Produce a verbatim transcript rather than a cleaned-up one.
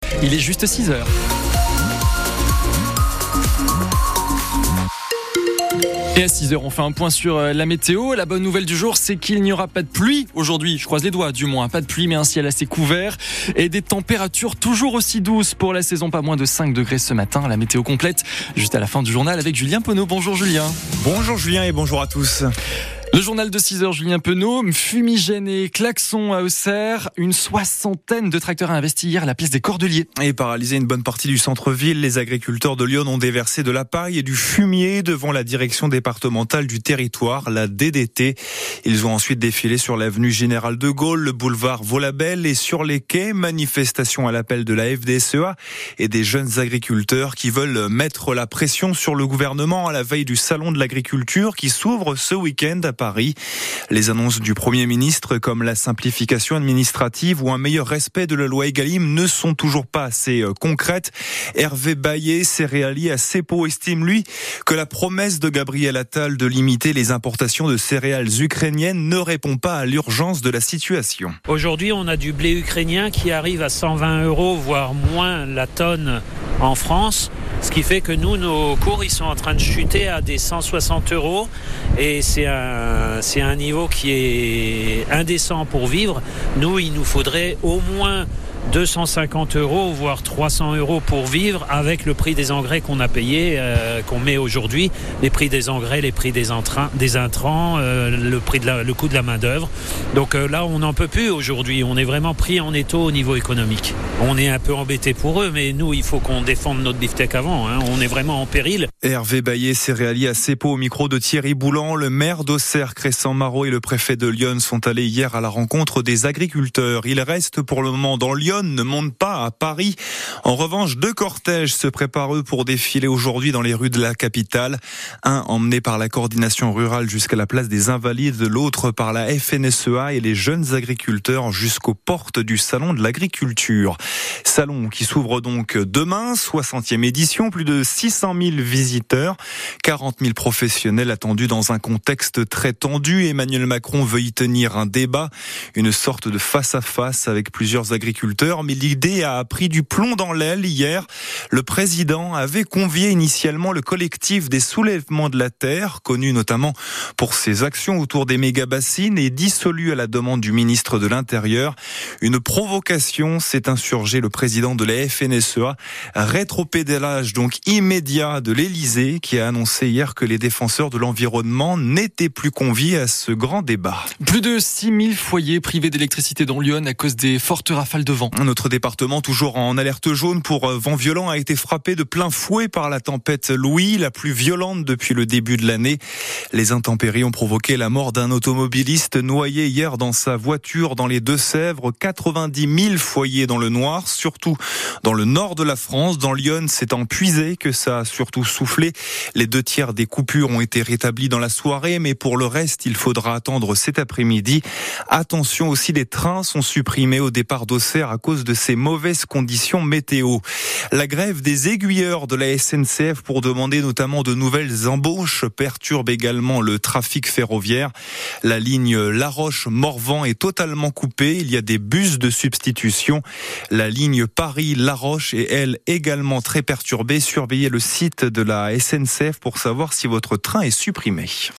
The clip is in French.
Il est juste six heures. Et à six heures, on fait un point sur la météo. La bonne nouvelle du jour, c'est qu'il n'y aura pas de pluie aujourd'hui. Je croise les doigts, du moins. Pas de pluie, mais un ciel assez couvert. Et des températures toujours aussi douces pour la saison. Pas moins de cinq degrés ce matin. La météo complète, juste à la fin du journal avec Julien Penaud. Bonjour Julien. Bonjour Julien et bonjour à tous. Le journal de six heures, Julien Penaud, fumigène et klaxon à Auxerre. Une soixantaine de tracteurs a investi hier à la place des Cordeliers. Et paralysé une bonne partie du centre-ville, les agriculteurs de Lyon ont déversé de la paille et du fumier devant la direction départementale du territoire, la D D T. Ils ont ensuite défilé sur l'avenue Général de Gaulle, le boulevard Vaulabelle et sur les quais. Manifestation à l'appel de la F D S E A et des jeunes agriculteurs qui veulent mettre la pression sur le gouvernement à la veille du salon de l'agriculture qui s'ouvre ce week-end à Paris. Les annonces du Premier ministre comme la simplification administrative ou un meilleur respect de la loi Egalim ne sont toujours pas assez concrètes. Hervé Baillet, céréalier à Cepo, estime lui que la promesse de Gabriel Attal de limiter les importations de céréales ukrainiennes ne répond pas à l'urgence de la situation. Aujourd'hui, on a du blé ukrainien qui arrive à cent vingt euros, voire moins la tonne en France. Ce qui fait que nous, nos cours, ils sont en train de chuter à des cent soixante euros. Et c'est un, c'est un niveau qui est indécent pour vivre. Nous, il nous faudrait au moins deux cent cinquante euros, voire trois cents euros pour vivre avec le prix des engrais qu'on a payé, euh, qu'on met aujourd'hui, les prix des engrais, les prix des, entrains, des intrants, euh, le prix de la, le coût de la main d'œuvre. Donc euh, là, on n'en peut plus aujourd'hui. On est vraiment pris en étau au niveau économique. On est un peu embêté pour eux, mais nous, il faut qu'on défende notre beefsteak avant. Hein. On est vraiment en péril. Hervé Baillet, céréalier à Cepo, au micro de Thierry Boulan. Le maire d'Auxerre, Crescent Marot, et le préfet de Lyon sont allés hier à la rencontre des agriculteurs. Ils restent pour le moment dans Lyon, ne montent pas à Paris. En revanche, deux cortèges se préparent eux pour défiler aujourd'hui dans les rues de la capitale. Un emmené par la coordination rurale jusqu'à la place des Invalides, l'autre par la F N S E A et les jeunes agriculteurs jusqu'aux portes du salon de l'agriculture. Salon qui s'ouvre donc demain, soixantième édition, plus de six cent mille visiteurs, quarante mille professionnels attendus dans un contexte très tendu. Emmanuel Macron veut y tenir un débat, une sorte de face-à-face avec plusieurs agriculteurs, mais l'idée a pris du plomb dans l'aile hier. Le président avait convié initialement le collectif des soulèvements de la terre, connu notamment pour ses actions autour des méga-bassines et dissolu à la demande du ministre de l'Intérieur. Une provocation s'est insurgée le président de la F N S E A, rétropédalage donc immédiat de l'Élysée qui a annoncé hier que les défenseurs de l'environnement n'étaient plus conviés à ce grand débat. Plus de six mille foyers privés d'électricité dans Lyon à cause des fortes rafales de vent. Notre département, toujours en alerte jaune pour vent violent, a été frappé de plein fouet par la tempête Louis, la plus violente depuis le début de l'année. Les intempéries ont provoqué la mort d'un automobiliste noyé hier dans sa voiture dans les Deux-Sèvres. quatre-vingt-dix mille foyers dans le noir, surtout dans le nord de la France. Dans Lyon, c'est en puisé que ça a surtout soufflé. Les deux tiers des coupures ont été rétablis dans la soirée, mais pour le reste, il faudra attendre cet après-midi. Attention aussi, les trains sont supprimés au départ d'Auxerre à cause de ces mauvaises conditions météo. La grève des aiguilleurs de la S N C F pour demander notamment de nouvelles embauches perturbe également le trafic ferroviaire. La ligne La Roche-Morvan est totalement coupée. Il y a des bus de substitution. La ligne Paris-La Roche est elle également très perturbée. Surveillez le site de la S N C F pour savoir si votre train est supprimé.